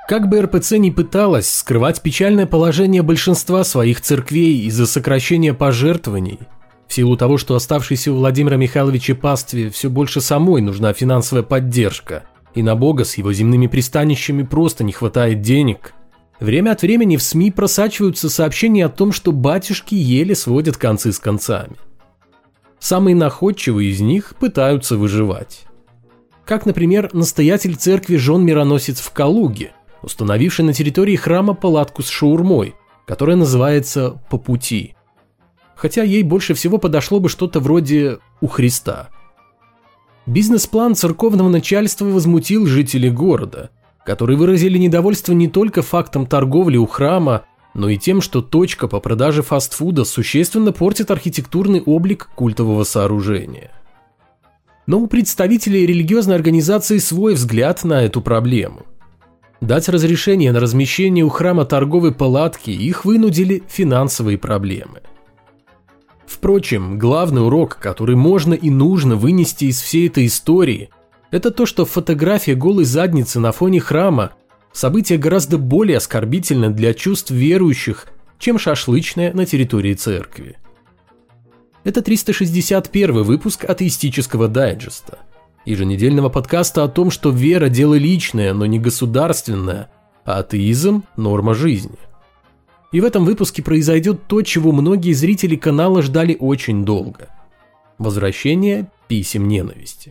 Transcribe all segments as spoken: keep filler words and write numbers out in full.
Как бы эр пэ цэ ни пыталась скрывать печальное положение большинства своих церквей из-за сокращения пожертвований, в силу того, что оставшейся у Владимира Михайловича пастве все больше самой нужна финансовая поддержка, и на Бога с его земными пристанищами просто не хватает денег, время от времени в СМИ просачиваются сообщения о том, что батюшки еле сводят концы с концами. Самые находчивые из них пытаются выживать. Как, например, настоятель церкви Жон-Мироносец в Калуге, установивший на территории храма палатку с шаурмой, которая называется «По пути». Хотя ей больше всего подошло бы что-то вроде «У Христа». Бизнес-план церковного начальства возмутил жителей города, которые выразили недовольство не только фактом торговли у храма, но и тем, что точка по продаже фастфуда существенно портит архитектурный облик культового сооружения. Но у представителей религиозной организации свой взгляд на эту проблему. Дать разрешение на размещение у храма торговой палатки их вынудили финансовые проблемы. Впрочем, главный урок, который можно и нужно вынести из всей этой истории, это то, что фотография голой задницы на фоне храма – событие гораздо более оскорбительное для чувств верующих, чем шашлычное на территории церкви. Это триста шестьдесят первый выпуск атеистического дайджеста, еженедельного подкаста о том, что вера – дело личное, но не государственное, а атеизм – норма жизни. И в этом выпуске произойдет то, чего многие зрители канала ждали очень долго – возвращение писем ненависти.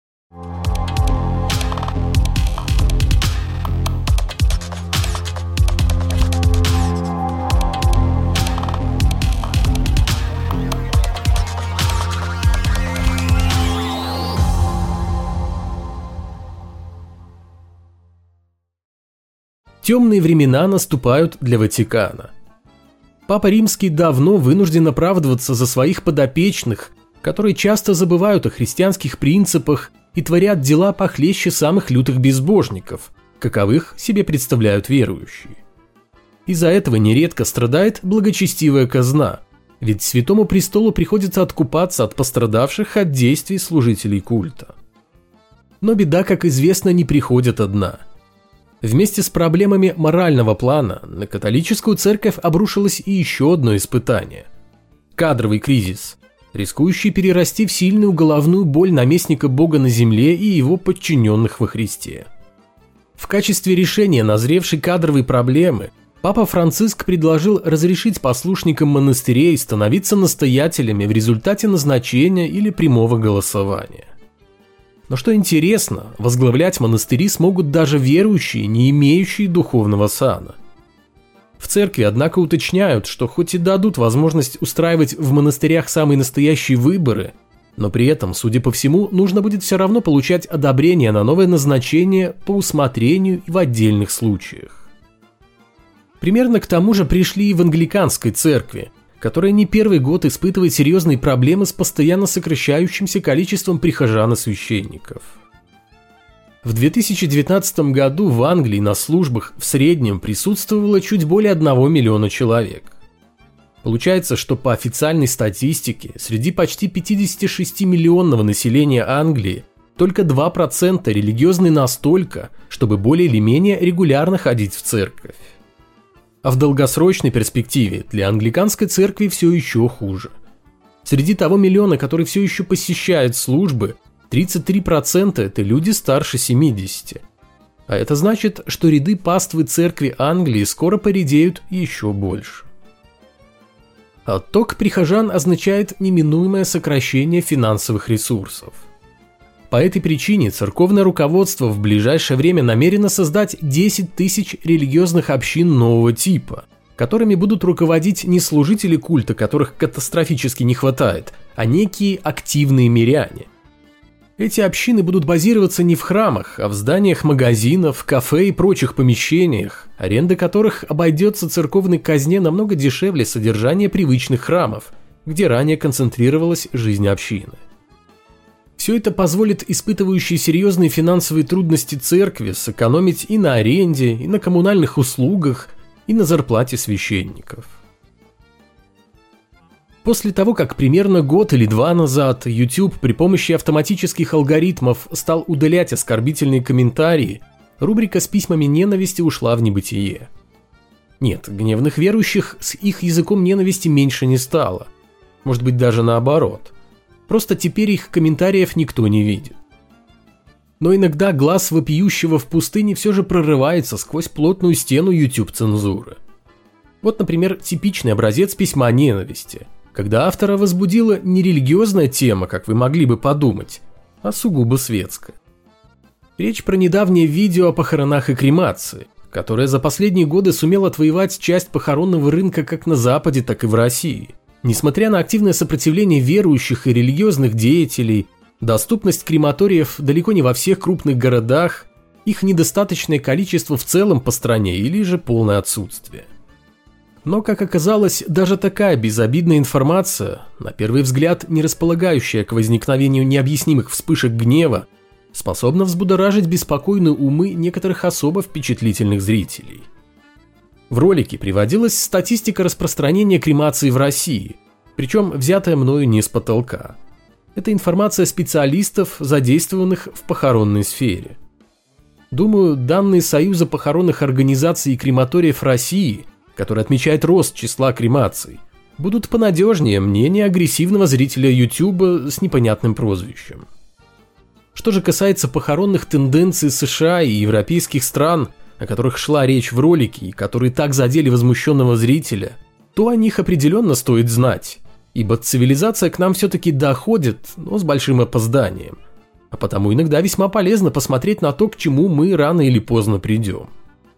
Темные времена наступают для Ватикана. Папа Римский давно вынужден оправдываться за своих подопечных, которые часто забывают о христианских принципах и творят дела похлеще самых лютых безбожников, каковых себе представляют верующие. Из-за этого нередко страдает благочестивая казна, ведь Святому Престолу приходится откупаться от пострадавших от действий служителей культа. Но беда, как известно, не приходит одна. Вместе с проблемами морального плана на католическую церковь обрушилось и еще одно испытание – кадровый кризис, рискующий перерасти в сильную головную боль наместника Бога на земле и его подчиненных во Христе. В качестве решения назревшей кадровой проблемы Папа Франциск предложил разрешить послушникам монастырей становиться настоятелями в результате назначения или прямого голосования. Но что интересно, возглавлять монастыри смогут даже верующие, не имеющие духовного сана. В церкви, однако, уточняют, что хоть и дадут возможность устраивать в монастырях самые настоящие выборы, но при этом, судя по всему, нужно будет все равно получать одобрение на новое назначение по усмотрению и в отдельных случаях. Примерно к тому же пришли и в англиканской церкви, которая не первый год испытывает серьезные проблемы с постоянно сокращающимся количеством прихожан и священников. В две тысячи девятнадцатом году в Англии на службах в среднем присутствовало чуть более одного миллиона человек. Получается, что по официальной статистике среди почти пятидесятишестимиллионного населения Англии только два процента религиозны настолько, чтобы более или менее регулярно ходить в церковь. А в долгосрочной перспективе для англиканской церкви все еще хуже. Среди того миллиона, который все еще посещает службы, тридцать три процента это люди старше семидесяти. А это значит, что ряды паствы церкви Англии скоро поредеют еще больше. Отток прихожан означает неминуемое сокращение финансовых ресурсов. По этой причине церковное руководство в ближайшее время намерено создать десять тысяч религиозных общин нового типа, которыми будут руководить не служители культа, которых катастрофически не хватает, а некие активные миряне. Эти общины будут базироваться не в храмах, а в зданиях магазинов, кафе и прочих помещениях, аренда которых обойдется церковной казне намного дешевле содержания привычных храмов, где ранее концентрировалась жизнь общины. Все это позволит испытывающей серьезные финансовые трудности церкви сэкономить и на аренде, и на коммунальных услугах, и на зарплате священников. После того, как примерно год или два назад YouTube при помощи автоматических алгоритмов стал удалять оскорбительные комментарии, рубрика с письмами ненависти ушла в небытие. Нет, гневных верующих с их языком ненависти меньше не стало. Может быть, даже наоборот. Просто теперь их комментариев никто не видит. Но иногда глаз вопиющего в пустыне все же прорывается сквозь плотную стену YouTube-цензуры. Вот, например, типичный образец письма ненависти, когда автора возбудила не религиозная тема, как вы могли бы подумать, а сугубо светская. Речь про недавнее видео о похоронах и кремации, которое за последние годы сумело отвоевать часть похоронного рынка как на Западе, так и в России. Несмотря на активное сопротивление верующих и религиозных деятелей, доступность крематориев далеко не во всех крупных городах, их недостаточное количество в целом по стране или же полное отсутствие. Но, как оказалось, даже такая безобидная информация, на первый взгляд не располагающая к возникновению необъяснимых вспышек гнева, способна взбудоражить беспокойные умы некоторых особо впечатлительных зрителей. В ролике приводилась статистика распространения кремации в России, причем взятая мною не с потолка. Это информация специалистов, задействованных в похоронной сфере. Думаю, данные Союза похоронных организаций и крематориев России, который отмечает рост числа кремаций, будут понадежнее мнения агрессивного зрителя YouTube с непонятным прозвищем. Что же касается похоронных тенденций США и европейских стран, о которых шла речь в ролике и которые так задели возмущенного зрителя, то о них определенно стоит знать, ибо цивилизация к нам все-таки доходит, но с большим опозданием, а потому иногда весьма полезно посмотреть на то, к чему мы рано или поздно придем.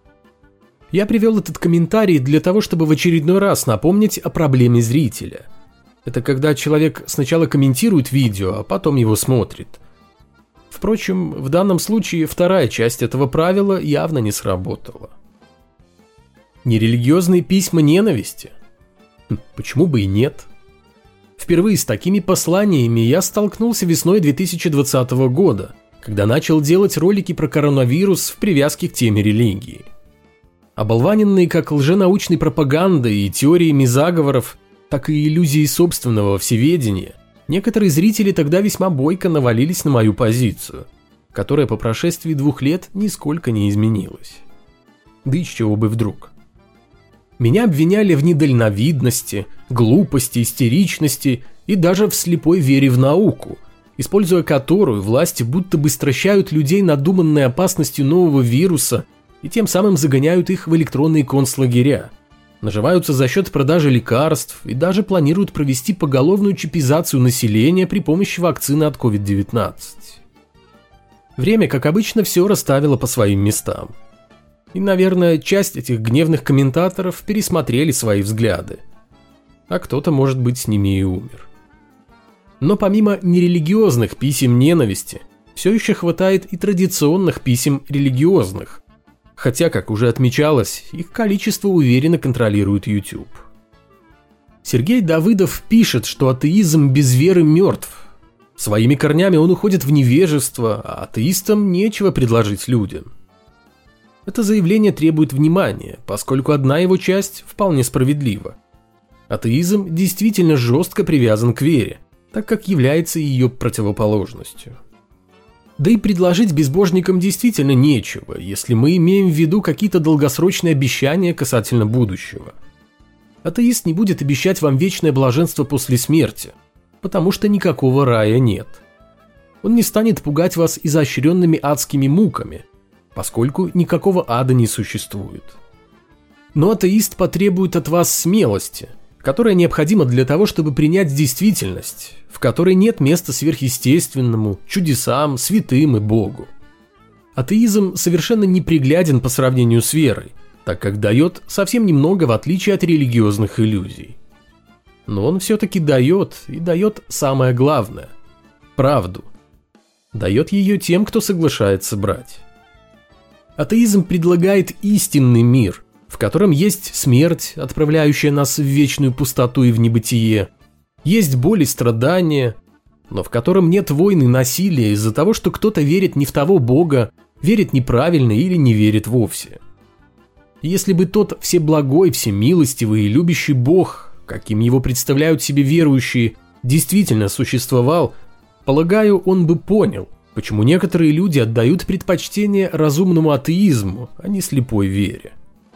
Я привел этот комментарий для того, чтобы в очередной раз напомнить о проблеме зрителя. Это когда человек сначала комментирует видео, а потом его смотрит. Впрочем, в данном случае вторая часть этого правила явно не сработала. Нерелигиозные письма ненависти? Почему бы и нет? Впервые с такими посланиями я столкнулся весной две тысячи двадцатого года, когда начал делать ролики про коронавирус в привязке к теме религии. Оболваненные как лженаучной пропагандой и теориями заговоров, так и иллюзией собственного всеведения, некоторые зрители тогда весьма бойко навалились на мою позицию, которая по прошествии двух лет нисколько не изменилась. Да и с чего бы вдруг? Меня обвиняли в недальновидности, глупости, истеричности и даже в слепой вере в науку, используя которую власти будто бы стращают людей надуманной опасностью нового вируса и тем самым загоняют их в электронные концлагеря, наживаются за счет продажи лекарств и даже планируют провести поголовную чипизацию населения при помощи вакцины от ковид девятнадцать. Время, как обычно, все расставило по своим местам. И, наверное, часть этих гневных комментаторов пересмотрели свои взгляды. А кто-то, может быть, с ними и умер. Но помимо нерелигиозных писем ненависти, все еще хватает и традиционных писем религиозных, хотя, как уже отмечалось, их количество уверенно контролирует YouTube. Сергей Давыдов пишет, что атеизм без веры мертв. Своими корнями он уходит в невежество, а атеистам нечего предложить людям. Это заявление требует внимания, поскольку одна его часть вполне справедлива. Атеизм действительно жестко привязан к вере, так как является ее противоположностью. Да и предложить безбожникам действительно нечего, если мы имеем в виду какие-то долгосрочные обещания касательно будущего. Атеист не будет обещать вам вечное блаженство после смерти, потому что никакого рая нет. Он не станет пугать вас изощренными адскими муками, поскольку никакого ада не существует. Но атеист потребует от вас смелости, которая необходима для того, чтобы принять действительность, в которой нет места сверхъестественному, чудесам, святым и Богу. Атеизм совершенно непригляден по сравнению с верой, так как дает совсем немного в отличие от религиозных иллюзий. Но он все-таки дает, и дает самое главное – правду. Дает ее тем, кто соглашается брать. Атеизм предлагает истинный мир, в котором есть смерть, отправляющая нас в вечную пустоту и в небытие, есть боль и страдания, но в котором нет войн и насилия из-за того, что кто-то верит не в того Бога, верит неправильно или не верит вовсе. Если бы тот всеблагой, всемилостивый и любящий Бог, каким его представляют себе верующие, действительно существовал, полагаю, он бы понял, почему некоторые люди отдают предпочтение разумному атеизму, а не слепой вере.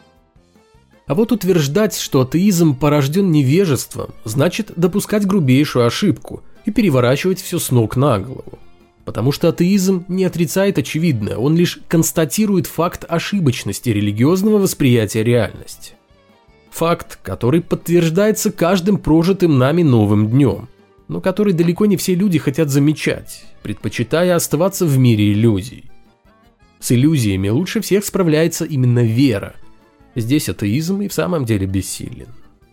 А вот утверждать, что атеизм порожден невежеством, значит допускать грубейшую ошибку и переворачивать все с ног на голову. Потому что атеизм не отрицает очевидное, он лишь констатирует факт ошибочности религиозного восприятия реальности. Факт, который подтверждается каждым прожитым нами новым днем, но который далеко не все люди хотят замечать, предпочитая оставаться в мире иллюзий. С иллюзиями лучше всех справляется именно вера. Здесь атеизм и в самом деле бессилен.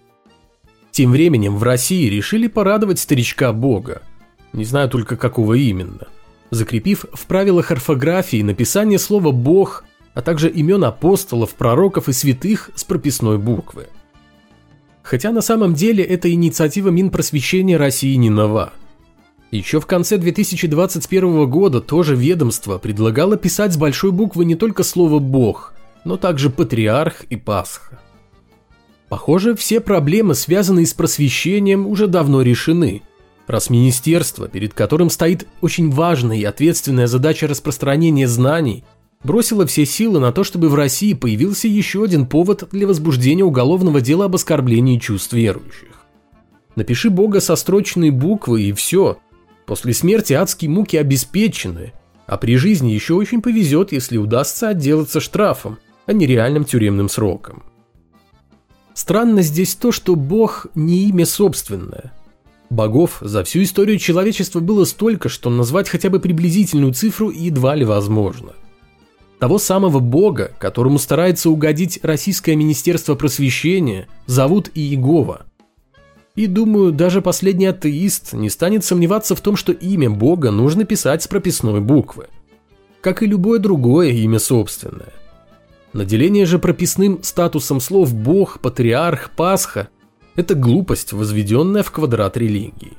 Тем временем в России решили порадовать старичка Бога. Не знаю только какого именно. Закрепив в правилах орфографии написание слова «Бог», а также имен апостолов, пророков и святых с прописной буквы. Хотя на самом деле эта инициатива Минпросвещения России не нова. Еще в конце две тысячи двадцать первого года тоже ведомство предлагало писать с большой буквы не только слово «Бог», но также «Патриарх» и «Пасха». Похоже, все проблемы, связанные с просвещением, уже давно решены, раз министерство, перед которым стоит очень важная и ответственная задача распространения знаний, бросило все силы на то, чтобы в России появился еще один повод для возбуждения уголовного дела об оскорблении чувств верующих. Напиши Бога со строчной буквы и все. После смерти адские муки обеспечены, а при жизни еще очень повезет, если удастся отделаться штрафом, а не реальным тюремным сроком. Странно здесь то, что Бог не имя собственное. Богов за всю историю человечества было столько, что назвать хотя бы приблизительную цифру едва ли возможно. Того самого Бога, которому старается угодить Российское Министерство Просвещения, зовут Иегова. И думаю, даже последний атеист не станет сомневаться в том, что имя Бога нужно писать с прописной буквы. Как и любое другое имя собственное. Наделение же прописным статусом слов «Бог», «Патриарх», «Пасха» – это глупость, возведенная в квадрат религии.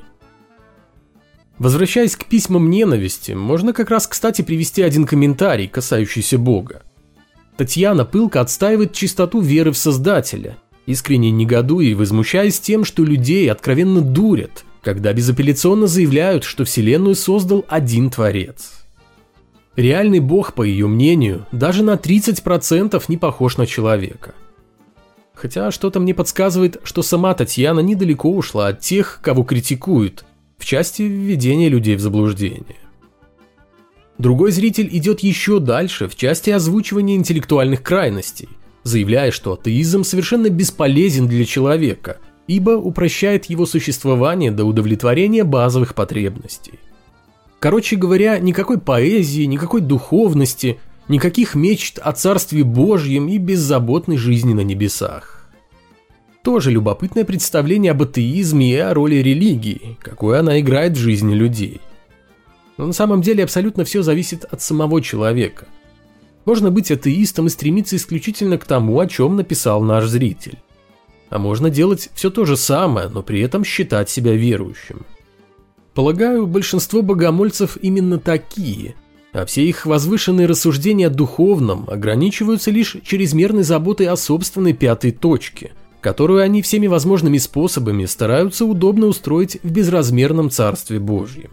Возвращаясь к письмам ненависти, можно как раз кстати привести один комментарий, касающийся Бога. Татьяна пылко отстаивает чистоту веры в Создателя, искренне негодуя и возмущаясь тем, что людей откровенно дурят, когда безапелляционно заявляют, что Вселенную создал один Творец. Реальный Бог, по ее мнению, даже на тридцать процентов не похож на человека. Хотя что-то мне подсказывает, что сама Татьяна недалеко ушла от тех, кого критикуют, в части введения людей в заблуждение. Другой зритель идет еще дальше в части озвучивания интеллектуальных крайностей, заявляя, что атеизм совершенно бесполезен для человека, ибо упрощает его существование до удовлетворения базовых потребностей. Короче говоря, никакой поэзии, никакой духовности, никаких мечт о Царстве Божьем и беззаботной жизни на небесах. Тоже любопытное представление об атеизме и о роли религии, какой она играет в жизни людей. Но на самом деле абсолютно все зависит от самого человека. Можно быть атеистом и стремиться исключительно к тому, о чем написал наш зритель. А можно делать все то же самое, но при этом считать себя верующим. Полагаю, большинство богомольцев именно такие, а все их возвышенные рассуждения о духовном ограничиваются лишь чрезмерной заботой о собственной пятой точке, которую они всеми возможными способами стараются удобно устроить в безразмерном Царстве Божьем.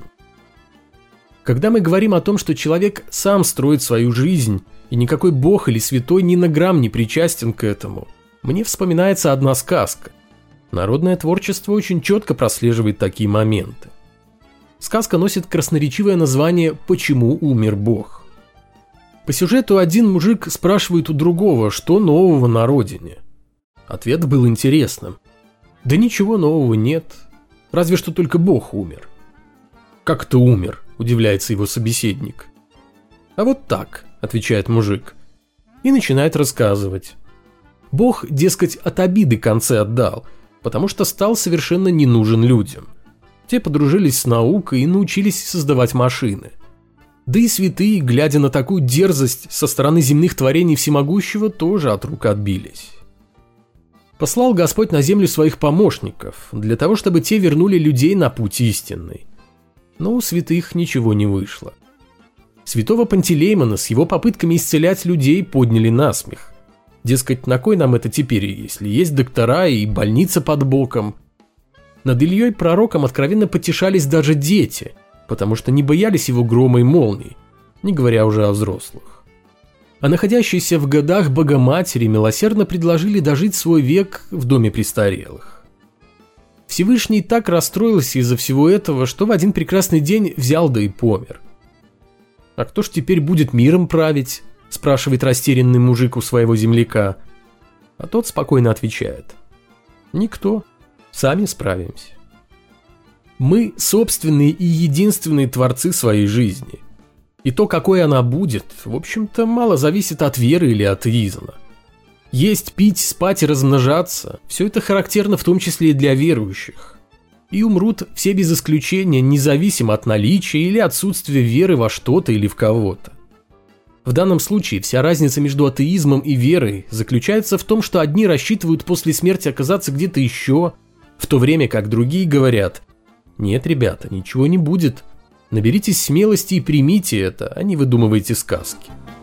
Когда мы говорим о том, что человек сам строит свою жизнь, и никакой бог или святой ни на грамм не причастен к этому, мне вспоминается одна сказка. Народное творчество очень четко прослеживает такие моменты. Сказка носит красноречивое название «Почему умер Бог?». По сюжету один мужик спрашивает у другого, что нового на родине. Ответ был интересным. Да ничего нового нет, разве что только Бог умер. Как ты умер? Удивляется его собеседник. А вот так, отвечает мужик. И начинает рассказывать. Бог, дескать, от обиды концы отдал, потому что стал совершенно не нужен людям. Те подружились с наукой и научились создавать машины. Да и святые, глядя на такую дерзость со стороны земных творений всемогущего, тоже от рук отбились. Послал Господь на землю своих помощников, для того, чтобы те вернули людей на путь истинный. Но у святых ничего не вышло. Святого Пантелеймона с его попытками исцелять людей подняли насмех. Дескать, на кой нам это теперь, если есть доктора и больница под боком? Над Ильей пророком откровенно потешались даже дети, потому что не боялись его грома и молний, не говоря уже о взрослых. А находящиеся в годах Богоматери милосердно предложили дожить свой век в доме престарелых. Всевышний так расстроился из-за всего этого, что в один прекрасный день взял да и помер. «А кто ж теперь будет миром править?» – спрашивает растерянный мужик у своего земляка. А тот спокойно отвечает: «Никто, сами справимся». Мы собственные и единственные творцы своей жизни. И то, какой она будет, в общем-то, мало зависит от веры или атеизма. Есть, пить, спать и размножаться – все это характерно в том числе и для верующих. И умрут все без исключения, независимо от наличия или отсутствия веры во что-то или в кого-то. В данном случае вся разница между атеизмом и верой заключается в том, что одни рассчитывают после смерти оказаться где-то еще, в то время как другие говорят: «Нет, ребята, ничего не будет. Наберитесь смелости и примите это, а не выдумывайте сказки».